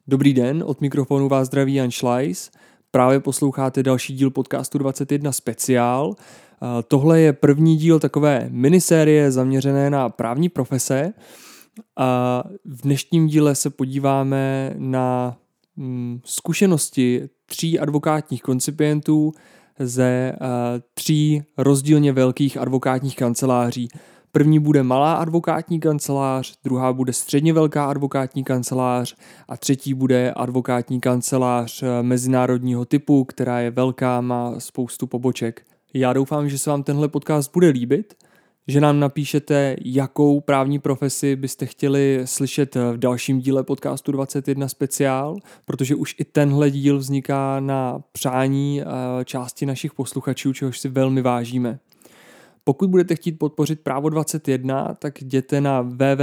Dobrý den, od mikrofonu vás zdraví Jan Schleis. Právě posloucháte další díl podcastu 21 speciál. Tohle je první díl takové minisérie zaměřené na právní profese. V dnešním díle se podíváme na zkušenosti 3 advokátních koncipientů ze 3 rozdílně velkých advokátních kanceláří. První bude malá advokátní kancelář, druhá bude středně velká advokátní kancelář a třetí bude advokátní kancelář mezinárodního typu, která je velká, má spoustu poboček. Já doufám, že se vám tenhle podcast bude líbit, že nám napíšete, jakou právní profesi byste chtěli slyšet v dalším díle podcastu 21 speciál, protože už i tenhle díl vzniká na přání části našich posluchačů, čehož si velmi vážíme. Pokud budete chtít podpořit Právo 21, tak jděte na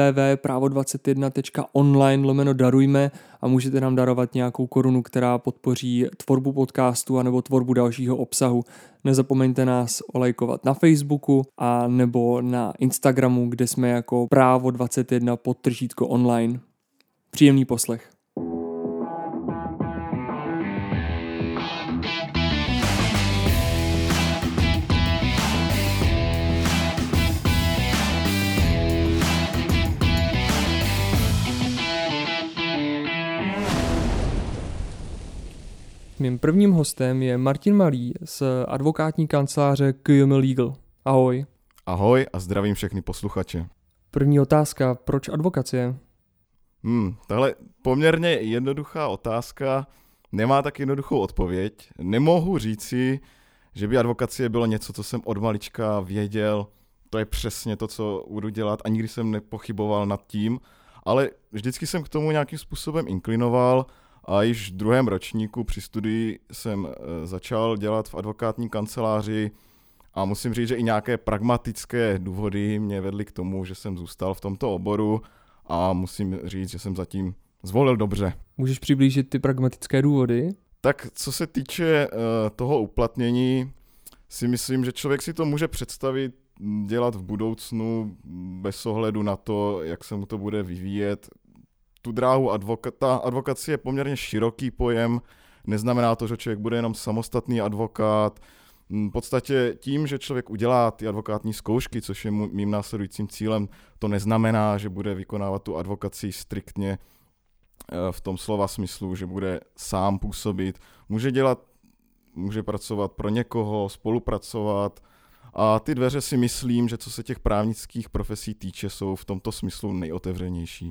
www.pravo21.online/darujme a můžete nám darovat nějakou korunu, která podpoří tvorbu podcastu anebo tvorbu dalšího obsahu. Nezapomeňte nás olajkovat na Facebooku a nebo na Instagramu, kde jsme jako Právo 21_online. Příjemný poslech. Mým prvním hostem je Martin Malý z advokátní kanceláře KJM Legal. Ahoj. Ahoj a zdravím všechny posluchače. První otázka, proč advokacie? Tahle poměrně jednoduchá otázka nemá tak jednoduchou odpověď. Nemohu říci, že by advokacie bylo něco, co jsem od malička věděl, to je přesně to, co budu dělat a nikdy jsem nepochyboval nad tím, ale vždycky jsem k tomu nějakým způsobem inklinoval a již v 2. ročníku při studii jsem začal dělat v advokátní kanceláři a musím říct, že i nějaké pragmatické důvody mě vedly k tomu, že jsem zůstal v tomto oboru a musím říct, že jsem zatím zvolil dobře. Můžeš přiblížit ty pragmatické důvody? Tak co se týče toho uplatnění, si myslím, že člověk si to může představit dělat v budoucnu bez ohledu na to, jak se mu to bude vyvíjet. Tu dráhu advokacie je poměrně široký pojem, neznamená to, že člověk bude jenom samostatný advokát. V podstatě tím, že člověk udělá ty advokátní zkoušky, což je mým následujícím cílem, to neznamená, že bude vykonávat tu advokacii striktně v tom slova smyslu, že bude sám působit. Může pracovat pro někoho, spolupracovat a ty dveře si myslím, že co se těch právnických profesí týče, jsou v tomto smyslu nejotevřenější.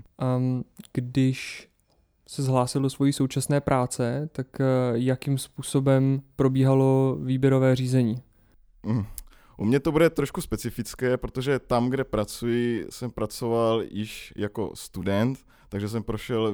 Když se zhlásil do svojí současné práce, tak jakým způsobem probíhalo výběrové řízení? U mě to bude trošku specifické, protože tam, kde pracuji, jsem pracoval již jako student, takže jsem prošel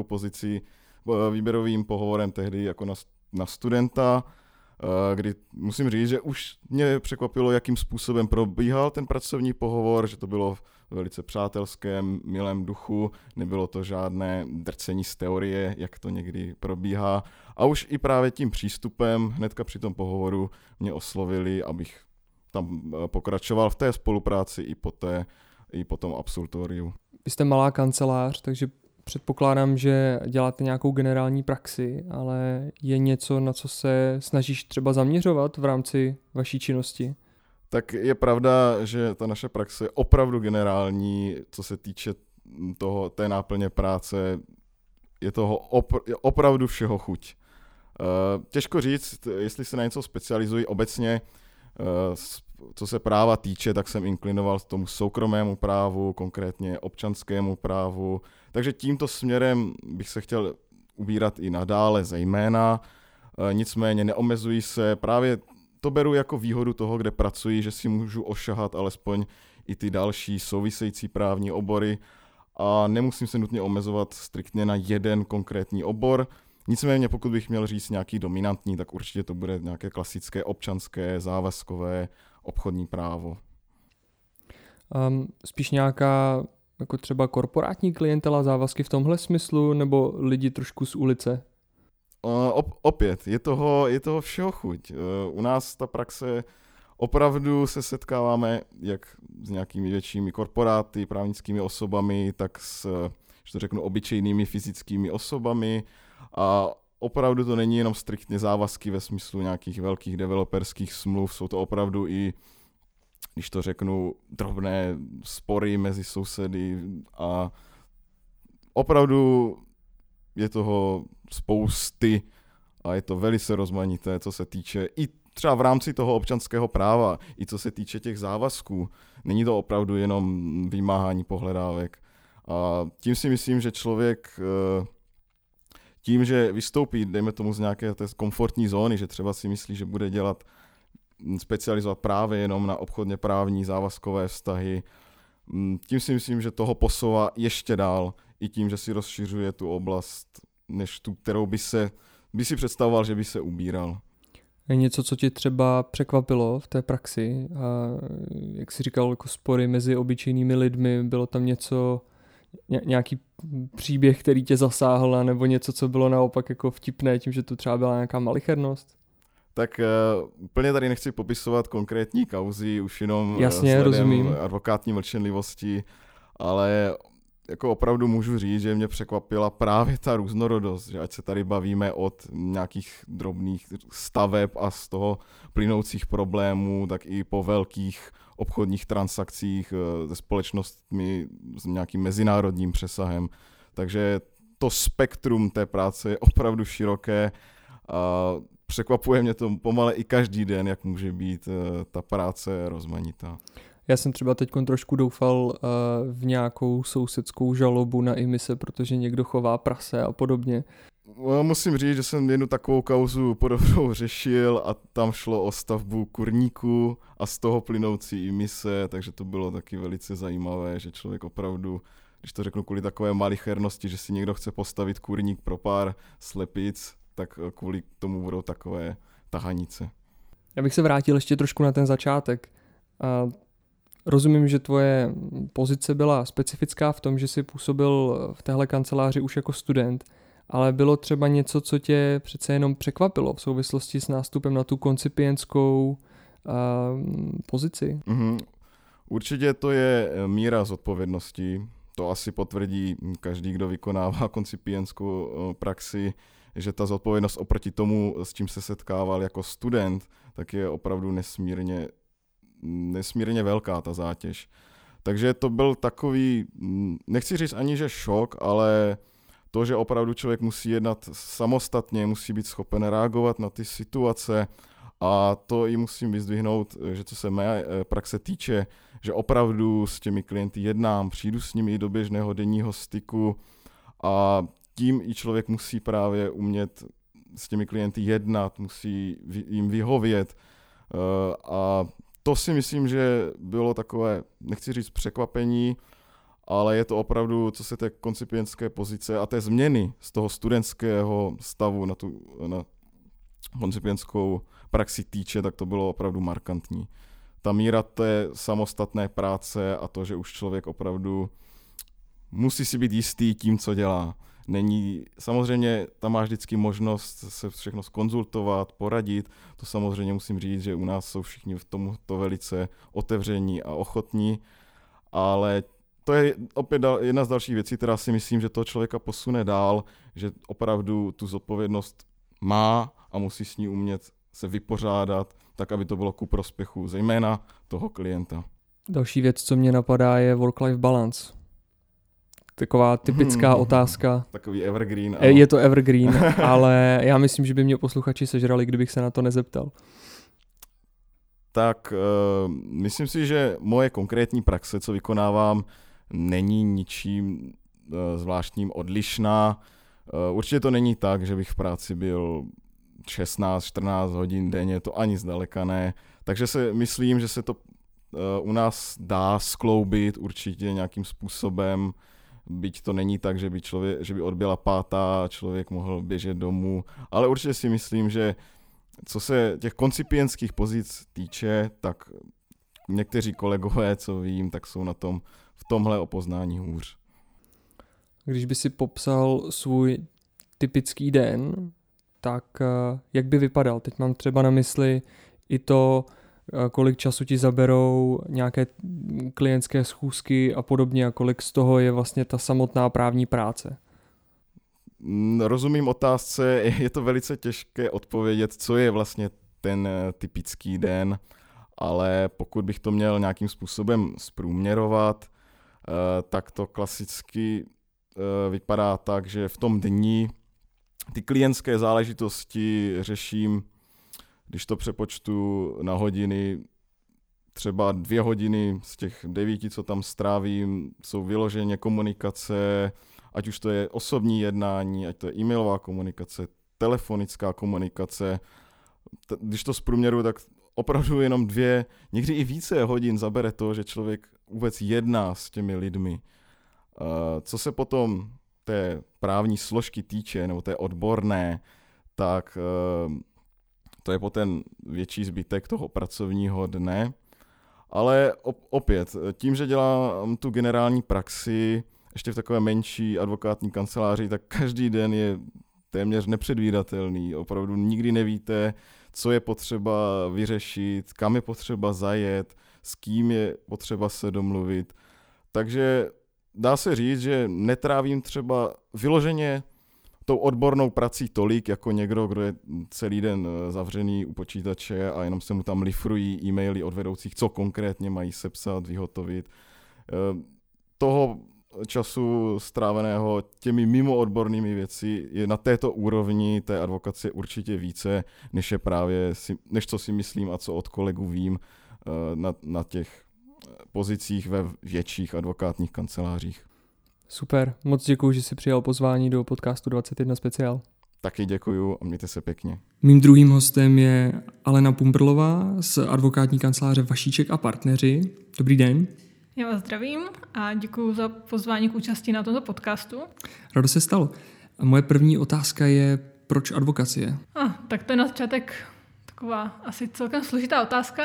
výběrovým pohovorem tehdy jako na studenta, kdy musím říct, že už mě překvapilo, jakým způsobem probíhal ten pracovní pohovor, že to bylo v velice přátelském, milém duchu, nebylo to žádné drcení z teorie, jak to někdy probíhá. A už i právě tím přístupem hnedka při tom pohovoru mě oslovili, abych tam pokračoval v té spolupráci i po tom absolutoriu. Vy jste malá kancelář, takže předpokládám, že děláte nějakou generální praxi, ale je něco, na co se snažíš třeba zaměřovat v rámci vaší činnosti? Tak je pravda, že ta naše praxe je opravdu generální, co se týče té náplně práce, je toho opravdu všeho chuť. Těžko říct, jestli se na něco specializuji obecně, co se práva týče, tak jsem inklinoval k tomu soukromému právu, konkrétně občanskému právu, takže tímto směrem bych se chtěl ubírat i nadále zejména, nicméně neomezuji se, právě to beru jako výhodu toho, kde pracuji, že si můžu ošahat alespoň i ty další související právní obory a nemusím se nutně omezovat striktně na jeden konkrétní obor. Nicméně pokud bych měl říct nějaký dominantní, tak určitě to bude nějaké klasické občanské, závazkové, obchodní právo. Spíš nějaká jako třeba korporátní klientela, závazky v tomhle smyslu, nebo lidi trošku z ulice? Opět, je toho všeho chuť. U nás ta praxe opravdu se setkáváme jak s nějakými většími korporáty, právnickými osobami, tak s že to řeknu, obyčejnými fyzickými osobami a opravdu to není jenom striktně závazky ve smyslu nějakých velkých developerských smluv, jsou to opravdu i, když to řeknu, drobné spory mezi sousedy a opravdu je toho spousty a je to velice rozmanité, co se týče i třeba v rámci toho občanského práva, i co se týče těch závazků. Není to opravdu jenom vymáhání pohledávek. A tím si myslím, že člověk tím, že vystoupí, dejme tomu z nějaké té komfortní zóny, že třeba si myslí, že bude specializovat právě jenom na obchodně právní závazkové vztahy, tím si myslím, že toho posouvá ještě dál, i tím, že si rozšiřuje tu oblast, než tu, kterou by si představoval, že by se ubíral. Je něco, co ti třeba překvapilo v té praxi? A jak jsi říkal, jako spory mezi obyčejnými lidmi, bylo tam něco, nějaký příběh, který tě zasáhl, nebo něco, co bylo naopak jako vtipné, tím, že to třeba byla nějaká malichernost? Tak úplně tady nechci popisovat konkrétní kauzy, už jenom jasně, rozumím. Advokátní mlčenlivosti, ale jako opravdu můžu říct, že mě překvapila právě ta různorodost, že ať se tady bavíme od nějakých drobných staveb a z toho plynoucích problémů, tak i po velkých obchodních transakcích se společnostmi s nějakým mezinárodním přesahem. Takže to spektrum té práce je opravdu široké a překvapuje mě to pomale i každý den, jak může být ta práce rozmanitá. Já jsem třeba teď trošku doufal v nějakou sousedskou žalobu na imise, protože někdo chová prase a podobně. Musím říct, že jsem jednu takovou kauzu podobnou řešil a tam šlo o stavbu kurníku a z toho plynoucí imise, takže to bylo taky velice zajímavé, že člověk opravdu, když to řeknu kvůli takové malichernosti, že si někdo chce postavit kurník pro pár slepic, tak kvůli tomu budou takové tahanice. Já bych se vrátil ještě trošku na ten začátek. Rozumím, že tvoje pozice byla specifická v tom, že jsi působil v téhle kanceláři už jako student, ale bylo třeba něco, co tě přece jenom překvapilo v souvislosti s nástupem na tu koncipientskou pozici? Určitě to je míra zodpovědnosti. To asi potvrdí každý, kdo vykonává koncipientskou praxi, že ta zodpovědnost oproti tomu, s čím se setkával jako student, tak je opravdu nesmírně velká ta zátěž. Takže to byl takový, nechci říct ani, že šok, ale to, že opravdu člověk musí jednat samostatně, musí být schopen reagovat na ty situace a to i musím vyzdvihnout, že co se mé praxe týče, že opravdu s těmi klienty jednám, přijdu s nimi i do běžného denního styku a tím i člověk musí právě umět s těmi klienty jednat, musí jim vyhovět a to si myslím, že bylo takové, nechci říct překvapení, ale je to opravdu, co se té koncipientské pozice a té změny z toho studentského stavu na koncipientskou praxi týče, tak to bylo opravdu markantní. Ta míra té samostatné práce a to, že už člověk opravdu musí si být jistý tím, co dělá. Samozřejmě tam máš vždycky možnost se všechno zkonzultovat, poradit, to samozřejmě musím říct, že u nás jsou všichni v tomto velice otevření a ochotní, ale to je opět jedna z dalších věcí, která si myslím, že toho člověka posune dál, že opravdu tu zodpovědnost má a musí s ní umět se vypořádat, tak aby to bylo ku prospěchu zejména toho klienta. Další věc, co mě napadá, je work-life balance. Taková typická otázka. Takový evergreen. Je to evergreen, ale já myslím, že by mě posluchači sežrali, kdybych se na to nezeptal. Tak myslím si, že moje konkrétní praxe, co vykonávám, není ničím zvláštním odlišná. Určitě to není tak, že bych v práci byl 16-14 hodin denně, to ani zdaleka ne. Takže se myslím, že se to u nás dá skloubit určitě nějakým způsobem, byť to není tak, že by odbyla 5 a člověk mohl běžet domů, ale určitě si myslím, že co se těch koncipientských pozic týče, tak někteří kolegové, co vím, tak jsou na tom v tomhle o poznání hůř. Když by si popsal svůj typický den, tak jak by vypadal? Teď mám třeba na mysli i to, kolik času ti zaberou nějaké klientské schůzky a podobně a kolik z toho je vlastně ta samotná právní práce? Rozumím otázce, je to velice těžké odpovědět, co je vlastně ten typický den, ale pokud bych to měl nějakým způsobem zprůměrovat, tak to klasicky vypadá tak, že v tom dni ty klientské záležitosti řeším, když to přepočtu na hodiny, třeba 2 hodiny z těch 9, co tam strávím, jsou vyloženě komunikace, ať už to je osobní jednání, ať to je e-mailová komunikace, telefonická komunikace. Když to zprůměruji, tak opravdu jenom 2, někdy i více hodin zabere to, že člověk vůbec jedná s těmi lidmi. Co se potom té právní složky týče, nebo té odborné, tak to je potom větší zbytek toho pracovního dne. Ale opět, tím, že dělám tu generální praxi, ještě v takové menší advokátní kanceláři, tak každý den je téměř nepředvídatelný. Opravdu nikdy nevíte, co je potřeba vyřešit, kam je potřeba zajet, s kým je potřeba se domluvit. Takže dá se říct, že netrávím třeba vyloženě tou odbornou prací tolik, jako někdo, kdo je celý den zavřený u počítače a jenom se mu tam lifrují e-maily od vedoucích, co konkrétně mají sepsat, vyhotovit. Toho času stráveného těmi mimoodbornými věci je na této úrovni té advokacie určitě více, než co si myslím a co od kolegů vím na těch pozicích ve větších advokátních kancelářích. Super, moc děkuju, že jsi přijal pozvání do podcastu 21 speciál. Taky děkuju a mějte se pěkně. Mým druhým hostem je Alena Pumbrlová z advokátní kanceláře Vašíček a partneři. Dobrý den. Já vás zdravím a děkuji za pozvání k účasti na tomto podcastu. Rado se stalo. A moje první otázka je, proč advokacie? Tak to je na začátek taková asi celkem složitá otázka.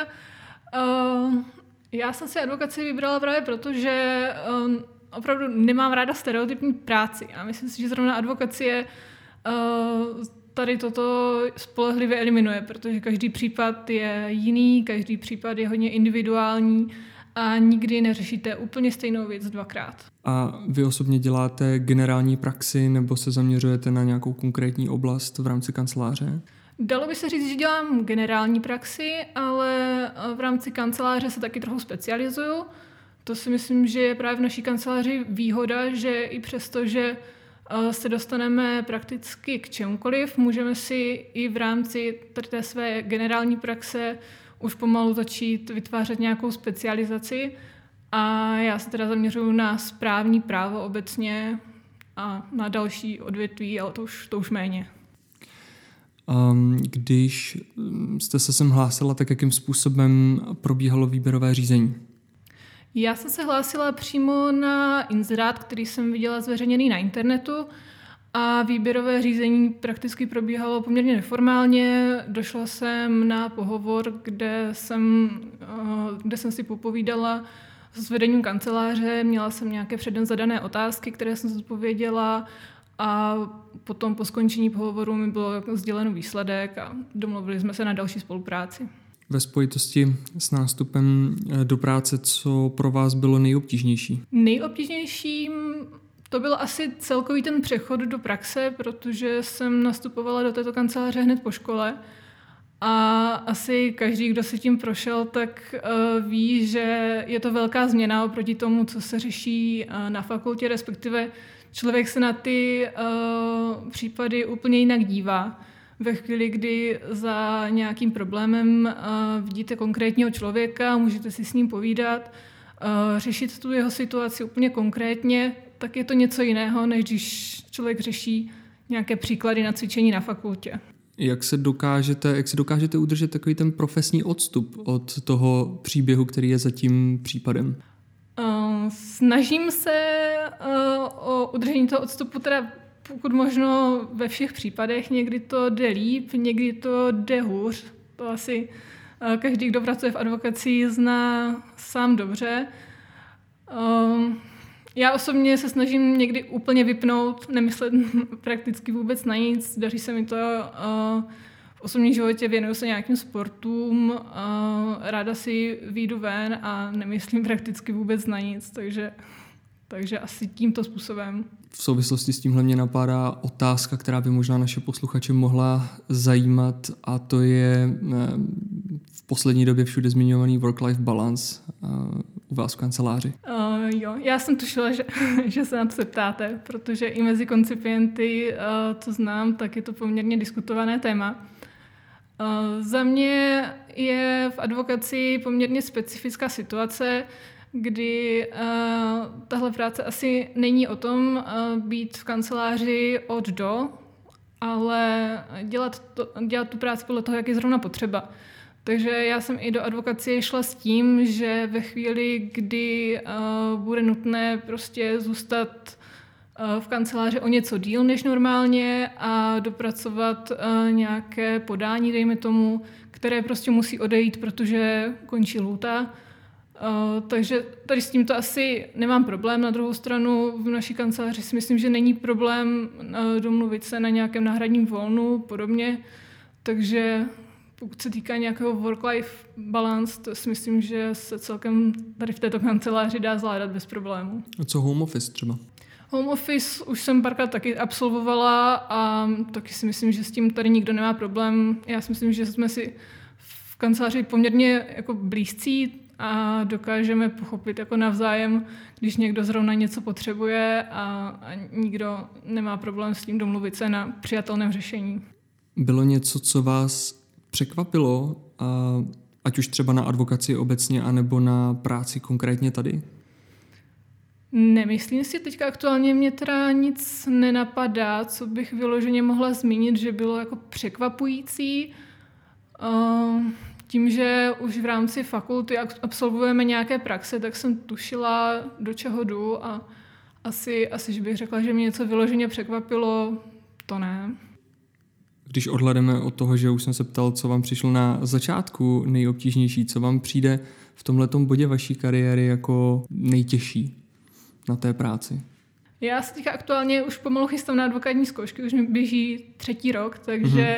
Já jsem si advokaci vybrala právě proto, že opravdu nemám ráda stereotypní práci a myslím si, že zrovna advokacie tady toto spolehlivě eliminuje, protože každý případ je jiný, každý případ je hodně individuální a nikdy neřešíte úplně stejnou věc 2krát. A vy osobně děláte generální praxi nebo se zaměřujete na nějakou konkrétní oblast v rámci kanceláře? Dalo by se říct, že dělám generální praxi, ale v rámci kanceláře se taky trochu specializuju. To si myslím, že je právě v naší kanceláři výhoda, že i přesto, že se dostaneme prakticky k čemukoliv, můžeme si i v rámci té své generální praxe už pomalu začít vytvářet nějakou specializaci. A já se teda zaměřuju na správní právo obecně a na další odvětví, ale to už méně. Když jste se sem hlásila, tak jakým způsobem probíhalo výběrové řízení? Já jsem se hlásila přímo na inzerát, který jsem viděla zveřejněný na internetu a výběrové řízení prakticky probíhalo poměrně neformálně. Došla jsem na pohovor, kde jsem si popovídala s vedením kanceláře, měla jsem nějaké předem zadané otázky, které jsem zodpověděla a potom po skončení pohovoru mi bylo sděleno výsledek a domluvili jsme se na další spolupráci. Ve spojitosti s nástupem do práce, co pro vás bylo nejobtížnější? Nejobtížnějším to byl asi celkový ten přechod do praxe, protože jsem nastupovala do této kanceláře hned po škole a asi každý, kdo si tím prošel, tak ví, že je to velká změna oproti tomu, co se řeší na fakultě, respektive člověk se na ty případy úplně jinak dívá. Ve chvíli, kdy za nějakým problémem vidíte konkrétního člověka, můžete si s ním povídat, řešit tu jeho situaci úplně konkrétně, tak je to něco jiného, než když člověk řeší nějaké příklady na cvičení na fakultě. Jak se dokážete udržet takový ten profesní odstup od toho příběhu, který je za tím případem? Snažím se o udržení toho odstupu teda pokud možno ve všech případech. Někdy to jde líp, někdy to jde hůř. To asi každý, kdo pracuje v advokacii, zná sám dobře. Já osobně se snažím někdy úplně vypnout, nemyslet prakticky vůbec na nic. Daří se mi to v osobním životě věnuju se nějakým sportům, ráda si vyjdu ven a nemyslím prakticky vůbec na nic, takže asi tímto způsobem. V souvislosti s tímhle mě napadá otázka, která by možná naše posluchače mohla zajímat, a to je v poslední době všude zmiňovaný work-life balance u vás v kanceláři. Jo, já jsem tušila, že se na to zeptáte, protože i mezi koncipienty, co znám, tak je to poměrně diskutované téma. Za mě je v advokaci poměrně specifická situace, kdy tahle práce asi není o tom být v kanceláři od do, ale dělat tu práci podle toho, jak je zrovna potřeba. Takže já jsem i do advokacie šla s tím, že ve chvíli, kdy bude nutné prostě zůstat v kanceláři o něco díl než normálně a dopracovat nějaké podání, dejme tomu, které prostě musí odejít, protože končí lhůta. Takže tady s tímto asi nemám problém. Na druhou stranu v naší kanceláři si myslím, že není problém domluvit se na nějakém náhradním volnu, podobně. Takže pokud se týká nějakého work-life balance, to si myslím, že se celkem tady v této kanceláři dá zvládat bez problému. A co home office třeba? Home office už jsem párkrát taky absolvovala a taky si myslím, že s tím tady nikdo nemá problém. Já si myslím, že jsme si v kanceláři poměrně jako blízcí a dokážeme pochopit jako navzájem, když někdo zrovna něco potřebuje a nikdo nemá problém s tím domluvit se na přijatelném řešení. Bylo něco, co vás překvapilo, ať už třeba na advokaci obecně, anebo na práci konkrétně tady? Nemyslím si, teďka aktuálně mě teda nic nenapadá, co bych vyloženě mohla zmínit, že bylo jako překvapující. Tím, že už v rámci fakulty absolvujeme nějaké praxe, tak jsem tušila, do čeho jdu a asi že bych řekla, že mě něco vyloženě překvapilo, to ne. Když odhledeme od toho, že už jsem se ptal, co vám přišlo na začátku nejobtížnější, co vám přijde v tomhletom bodě vaší kariéry jako nejtěžší na té práci? Já se teďka aktuálně už pomalu chystám na advokátní zkoušky, už mi běží 3. rok, takže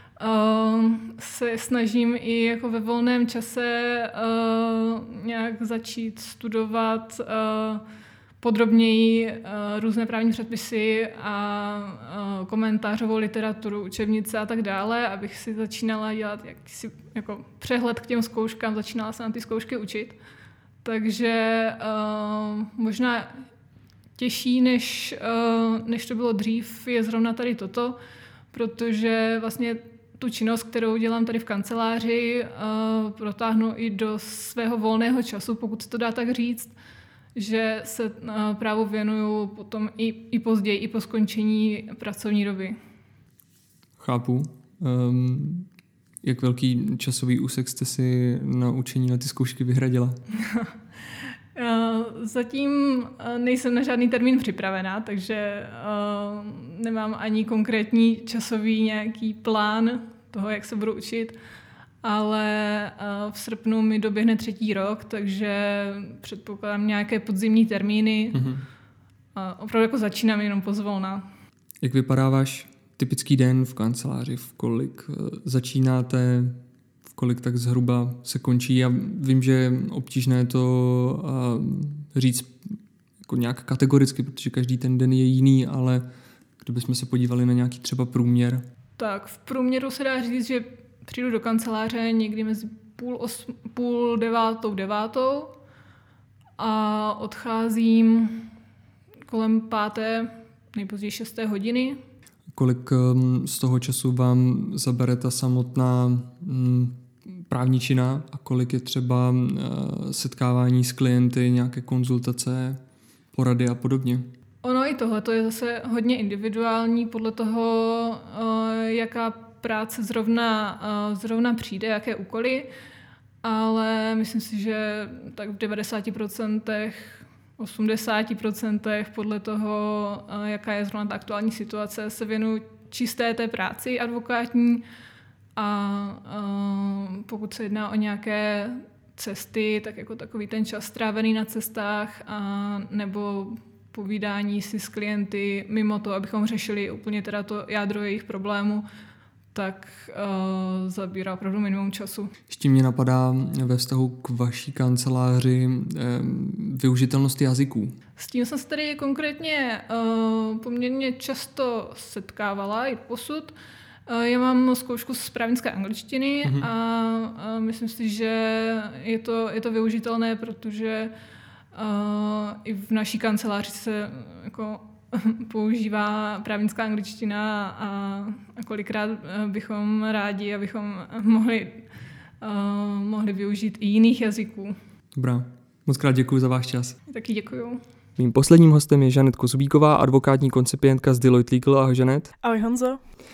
se snažím i jako ve volném čase nějak začít studovat podrobněji různé právní předpisy a komentářovou literaturu, učebnice a tak dále, abych si začínala dělat jakýsi jako přehled k těm zkouškám, začínala se na ty zkoušky učit. Takže možná těžší, než to bylo dřív, je zrovna tady toto, protože vlastně tu činnost, kterou dělám tady v kanceláři, protáhnu i do svého volného času, pokud se to dá tak říct, že se právu věnuju potom i později, i po skončení pracovní doby. Chápu. Jak velký časový úsek jste si na učení na ty zkoušky vyhradila? Zatím nejsem na žádný termín připravená, takže nemám ani konkrétní časový nějaký plán toho, jak se budu učit, ale v srpnu mi doběhne 3. rok, takže předpokládám nějaké podzimní termíny. A opravdu jako začínám jenom pozvolna. Jak vypadá váš typický den v kanceláři? V kolik začínáte? Kolik tak zhruba se končí? Já vím, že je obtížné to říct jako nějak kategoricky, protože každý ten den je jiný, ale kdybychom se podívali na nějaký třeba průměr. Tak v průměru se dá říct, že přijdu do kanceláře někdy mezi 8:30, 9:00 a odcházím kolem 5., nejpozději 6. hodiny. Kolik z toho času vám zabere ta samotná právní čina a kolik je třeba setkávání s klienty, nějaké konzultace, porady a podobně? Ono i tohle to je zase hodně individuální podle toho, jaká práce zrovna přijde, jaké úkoly, ale myslím si, že tak v 90%, 80% podle toho, jaká je zrovna ta aktuální situace, se věnuju čisté té práci advokátní a pokud se jedná o nějaké cesty, tak jako takový ten čas strávený na cestách a nebo povídání si s klienty mimo to, abychom řešili úplně teda to jádro jejich problému, tak zabírá opravdu minimum času. Ještě mě napadá ve vztahu k vaší kanceláři využitelnost jazyků. S tím jsem se tady konkrétně poměrně často setkávala i posud. Já mám zkoušku z právnické angličtiny a myslím si, že je to využitelné, protože i v naší kanceláři se jako používá právnická angličtina a kolikrát bychom rádi, abychom mohli využít i jiných jazyků. Dobrá, moc krát děkuji za váš čas. Taky děkuju. Mým posledním hostem je Žanet Kozubíková, advokátní koncipientka z Deloitte Legal. Ahoj Žanet. Ahoj Honzo.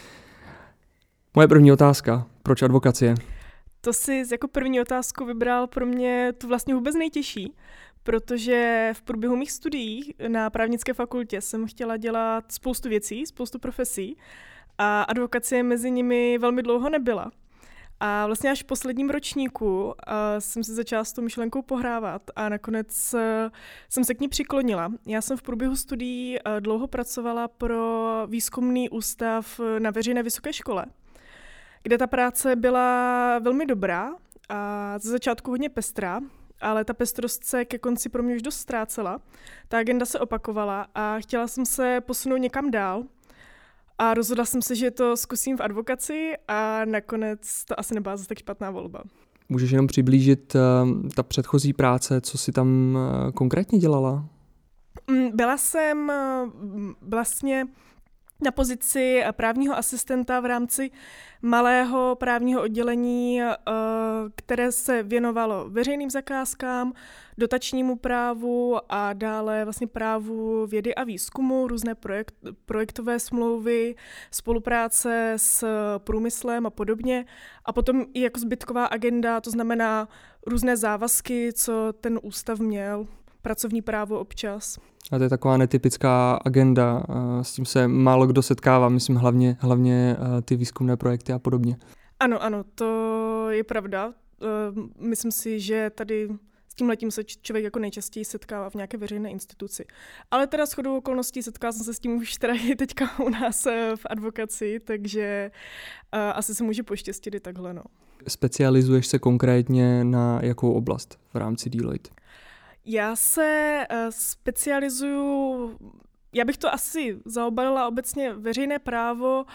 Moje první otázka. Proč advokacie? To jsi jako první otázku vybral pro mě tu vlastně vůbec nejtěžší, protože v průběhu mých studií na právnické fakultě jsem chtěla dělat spoustu věcí, spoustu profesí a advokacie mezi nimi velmi dlouho nebyla. A vlastně až v posledním ročníku jsem si začala s tou myšlenkou pohrávat a nakonec jsem se k ní přiklonila. Já jsem v průběhu studií dlouho pracovala pro výzkumný ústav na veřejné vysoké škole, kde ta práce byla velmi dobrá a ze začátku hodně pestrá, ale ta pestrost se ke konci pro mě už dost ztrácela. Ta agenda se opakovala a chtěla jsem se posunout někam dál. A rozhodla jsem se, že to zkusím v advokaci a nakonec to asi nebyla zase tak špatná volba. Můžeš jenom přiblížit ta předchozí práce, co jsi tam konkrétně dělala? Byla jsem vlastně na pozici právního asistenta v rámci malého právního oddělení, které se věnovalo veřejným zakázkám, dotačnímu právu a dále vlastně právu vědy a výzkumu, různé projektové smlouvy, spolupráce s průmyslem a podobně. A potom i jako zbytková agenda, to znamená různé závazky, co ten ústav měl, pracovní právo občas. A to je taková netypická agenda, s tím se málo kdo setkává, myslím hlavně ty výzkumné projekty a podobně. Ano, to je pravda. Myslím si, že tady s tímhletím se člověk jako nejčastěji setkává v nějaké veřejné instituci. Ale teda shodou okolností setkala jsem se s tím už teda i teďka u nás v advokaci, takže asi se může poštěstit i takhle. No. Specializuješ se konkrétně na jakou oblast v rámci Deloitte? Já se specializuju, já bych to asi zaobalila obecně veřejné právo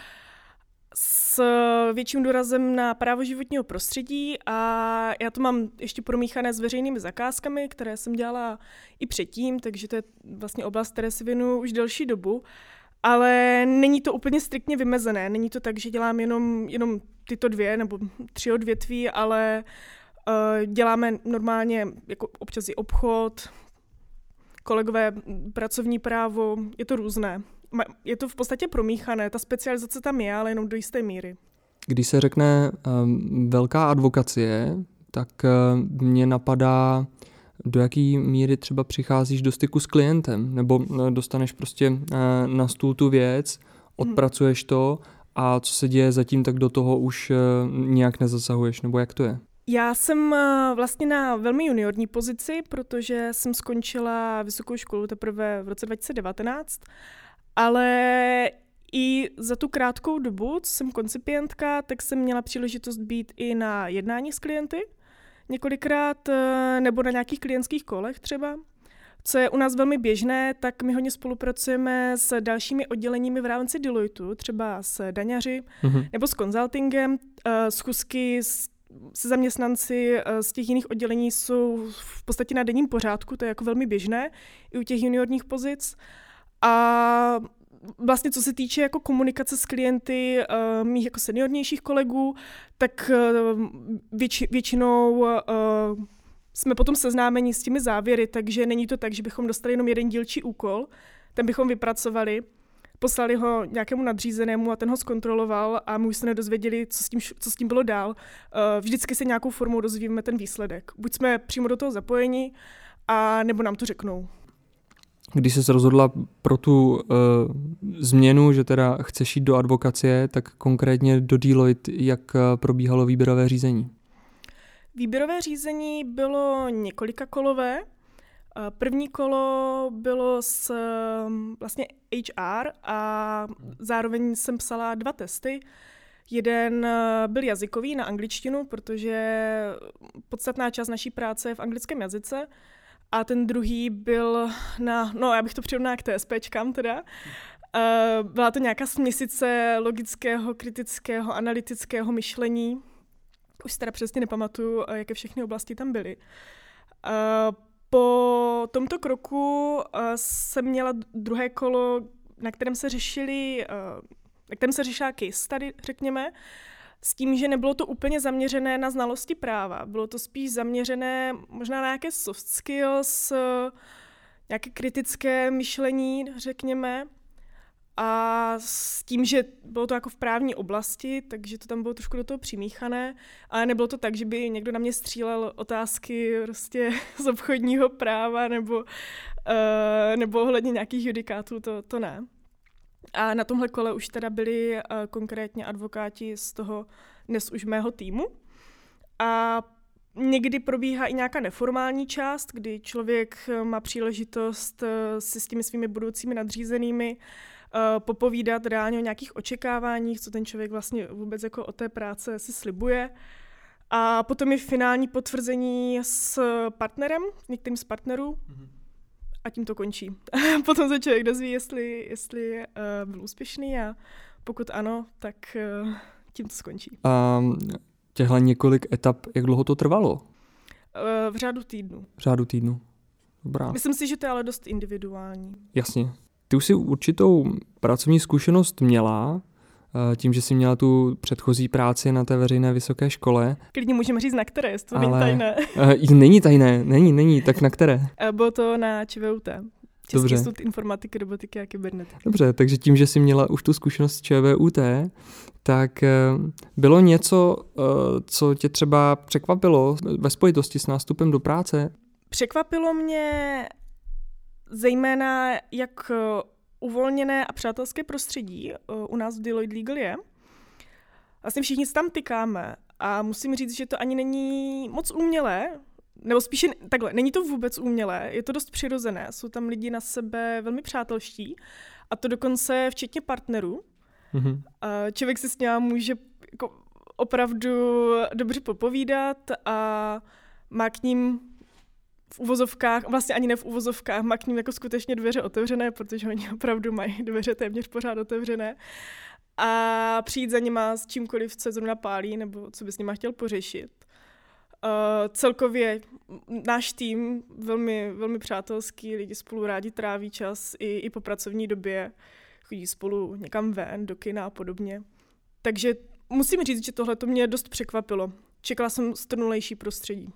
s větším důrazem na právo životního prostředí a já to mám ještě promíchané s veřejnými zakázkami, které jsem dělala i předtím, takže to je vlastně oblast, které se věnuju už delší dobu, ale není to úplně striktně vymezené, není to tak, že dělám jenom tyto 2 nebo 3 odvětví, ale děláme normálně jako občas i obchod, kolegové pracovní právo, je to různé. Je to v podstatě promíchané, ta specializace tam je, ale jenom do jisté míry. Když se řekne velká advokacie, tak mě napadá, do jaký míry třeba přicházíš do styku s klientem, nebo dostaneš prostě na stůl tu věc, odpracuješ to a co se děje zatím, tak do toho už nějak nezasahuješ, nebo jak to je? Já jsem vlastně na velmi juniorní pozici, protože jsem skončila vysokou školu teprve v roce 2019, ale i za tu krátkou dobu, co jsem koncipientka, tak jsem měla příležitost být i na jednání s klienty několikrát, nebo na nějakých klientských kolech třeba. Co je u nás velmi běžné, tak my hodně spolupracujeme s dalšími odděleními v rámci Deloitu, třeba s daňaři nebo s consultingem. Schůzky se zaměstnanci z těch jiných oddělení jsou v podstatě na denním pořádku, to je jako velmi běžné i u těch juniorních pozic. A vlastně co se týče jako komunikace s klienty mých jako seniornějších kolegů, tak většinou jsme potom seznámeni s těmi závěry, takže není to tak, že bychom dostali jenom jeden dílčí úkol, ten bychom vypracovali, poslali ho nějakému nadřízenému a ten ho zkontroloval a my už se nedozvěděli, co s tím bylo dál. Vždycky se nějakou formou dozvíme ten výsledek. Buď jsme přímo do toho zapojeni, a nebo nám to řeknou. Když jsi rozhodla pro tu změnu, že teda chceš jít do advokacie, tak konkrétně do Deloitte, jak probíhalo výběrové řízení? Výběrové řízení bylo několikakolové. První kolo bylo s vlastně HR a zároveň jsem psala 2 testy. Jeden byl jazykový na angličtinu, protože podstatná část naší práce je v anglickém jazyce. A ten druhý byl já bych to přirovnala k TSPčkám teda. Byla to nějaká směsice logického, kritického, analytického myšlení. Už si teda přesně nepamatuju, jaké všechny oblasti tam byly. Po tomto kroku jsem měla druhé kolo, na kterém se řešila case study, řekněme, s tím, že nebylo to úplně zaměřené na znalosti práva. Bylo to spíš zaměřené možná na nějaké soft skills, nějaké kritické myšlení, řekněme. A s tím, že bylo to jako v právní oblasti, takže to tam bylo trošku do toho přimíchané, ale nebylo to tak, že by někdo na mě střílel otázky prostě z obchodního práva nebo ohledně nějakých judikátů, to ne. A na tomhle kole už teda byli konkrétně advokáti z toho dnes už mého týmu. A někdy probíhá i nějaká neformální část, kdy člověk má příležitost si s těmi svými budoucími nadřízenými popovídat reálně o nějakých očekáváních, co ten člověk vlastně vůbec jako o té práce si slibuje. A potom je finální potvrzení s partnerem, některým z partnerů. A tím to končí. Potom se člověk dozví, jestli byl úspěšný a pokud ano, tak tím to skončí. A těchto několik etap, jak dlouho to trvalo? V řádu týdnu. V řádu týdnu. Dobrá. Myslím si, že to je ale dost individuální. Jasně. Ty už si určitou pracovní zkušenost měla, tím, že jsi měla tu předchozí práci na té veřejné vysoké škole. Klidně můžeme říct, na které, to není tajné. Není tajné, není, tak na které? Bylo to na ČVUT. Český institut informatiky, robotiky a kybernetiky. Dobře, takže tím, že jsi měla už tu zkušenost z ČVUT, tak bylo něco, co tě třeba překvapilo ve spojitosti s nástupem do práce? Překvapilo mě zejména, jak uvolněné a přátelské prostředí u nás v Deloitte Legal je. Vlastně všichni se tam tykáme a musím říct, že to ani není moc umělé, nebo spíše takhle, není to vůbec umělé, je to dost přirozené, jsou tam lidi na sebe velmi přátelští a to dokonce včetně partnerů. Mm-hmm. Člověk si s ním může jako opravdu dobře popovídat a má k ním v uvozovkách, vlastně ani ne v uvozovkách, má k ním jako skutečně dveře otevřené, protože oni opravdu mají dveře téměř pořád otevřené. A přijít za nima s čímkoliv, co zrovna pálí, nebo co by s nima chtěl pořešit. Celkově náš tým velmi, velmi přátelský, lidi spolu rádi tráví čas i po pracovní době, chodí spolu někam ven, do kina a podobně. Takže musím říct, že tohle to mě dost překvapilo. Čekala jsem strnulejší prostředí.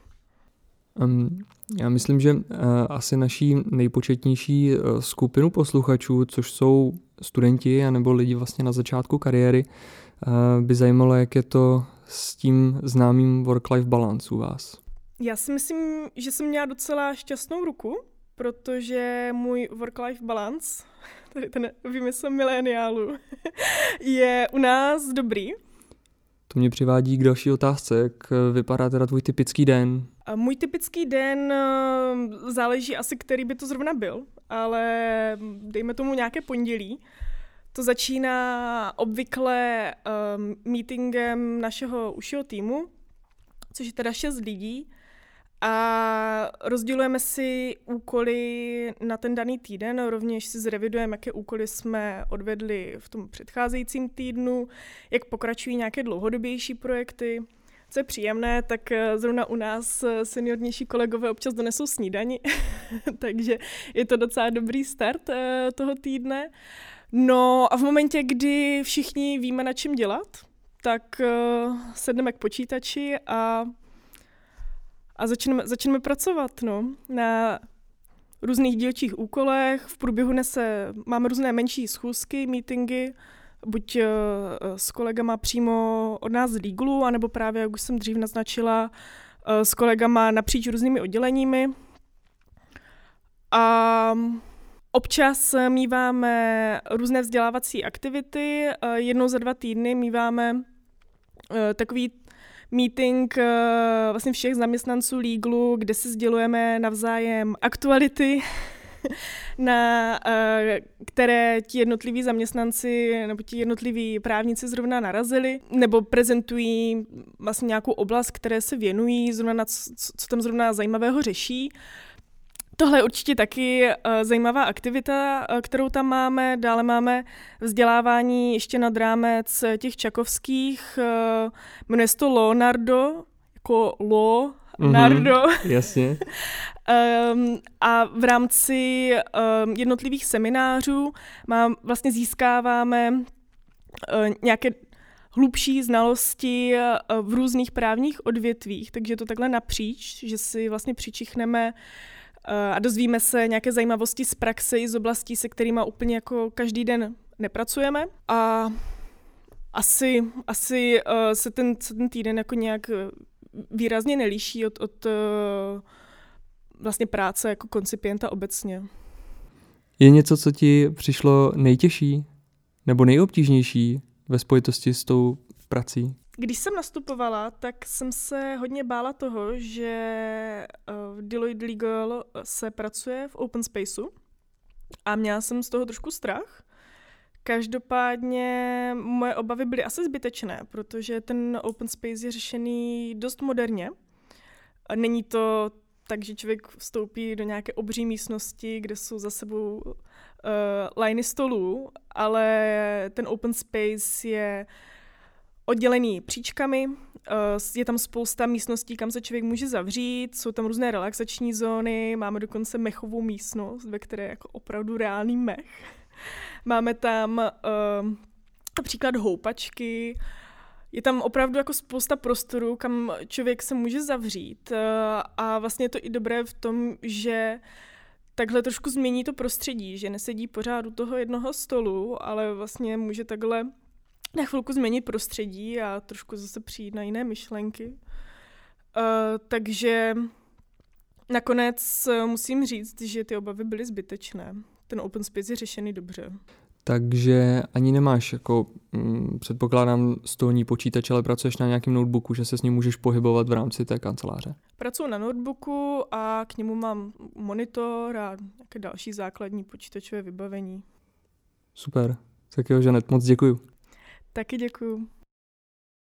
Já myslím, že asi naší nejpočetnější skupinu posluchačů, což jsou studenti anebo lidi vlastně na začátku kariéry, by zajímalo, jak je to s tím známým work-life balance u vás. Já si myslím, že jsem měla docela šťastnou ruku, protože můj work-life balance, tady ten vymysl mileniálů, je u nás dobrý. To mě přivádí k další otázce. Jak vypadá teda tvůj typický den? Můj typický den záleží asi, který by to zrovna byl, ale dejme tomu nějaké pondělí. To začíná obvykle meetingem našeho užšího týmu, což je teda 6 lidí. A rozdělujeme si úkoly na ten daný týden, rovněž si zrevidujeme, jaké úkoly jsme odvedli v tom předcházejícím týdnu, jak pokračují nějaké dlouhodobější projekty. Co je příjemné, tak zrovna u nás seniornější kolegové občas donesou snídani, takže je to docela dobrý start toho týdne. No a v momentě, kdy všichni víme, na čem dělat, tak sedneme k počítači a začneme pracovat na různých dílčích úkolech. V průběhu máme různé menší schůzky, meetingy, buď s kolegama přímo od nás z Legalu, anebo právě, jak už jsem dřív naznačila, s kolegama napříč různými odděleními. A občas míváme různé vzdělávací aktivity. Jednou za 2 týdny míváme takový meeting vlastně všech zaměstnanců Legalu, kde si sdělujeme navzájem aktuality na které ti jednotliví zaměstnanci nebo ti jednotliví právníci zrovna narazili, nebo prezentují vlastně nějakou oblast, které se věnují, zrovna co tam zrovna zajímavého řeší. Tohle je určitě taky zajímavá aktivita, kterou tam máme. Dále máme vzdělávání ještě nad rámec těch čakovských. Jmenuje se to Leonardo, jako Nardo. Jasně. A v rámci jednotlivých seminářů vlastně získáváme nějaké hlubší znalosti v různých právních odvětvích, takže je to takhle napříč, že si vlastně přicichneme a dozvíme se nějaké zajímavosti z praxe i z oblastí, se kterými úplně jako každý den nepracujeme. A asi se ten týden jako nějak výrazně neliší od vlastně práce jako koncipienta obecně. Je něco, co ti přišlo nejtěžší nebo nejobtížnější ve spojitosti s tou prací? Když jsem nastupovala, tak jsem se hodně bála toho, že v Deloitte Legal se pracuje v open spaceu a měla jsem z toho trošku strach. Každopádně moje obavy byly asi zbytečné, protože ten open space je řešený dost moderně. Není to tak, že člověk vstoupí do nějaké obří místnosti, kde jsou za sebou liny stolů, ale ten open space je oddělený příčkami, je tam spousta místností, kam se člověk může zavřít, jsou tam různé relaxační zóny, máme dokonce mechovou místnost, ve které je jako opravdu reálný mech. Máme tam například houpačky, je tam opravdu jako spousta prostoru, kam člověk se může zavřít a vlastně je to i dobré v tom, že takhle trošku změní to prostředí, že nesedí pořád u toho jednoho stolu, ale vlastně může takhle na chvilku změnit prostředí a trošku zase přijít na jiné myšlenky. Takže nakonec musím říct, že ty obavy byly zbytečné. Ten open space je řešený dobře. Takže ani nemáš, jako předpokládám, stolní počítač, ale pracuješ na nějakém notebooku, že se s ním můžeš pohybovat v rámci té kanceláře. Pracuji na notebooku a k němu mám monitor a nějaké další základní počítačové vybavení. Super. Tak jo, Žanet, moc děkuju. Taky děkuju.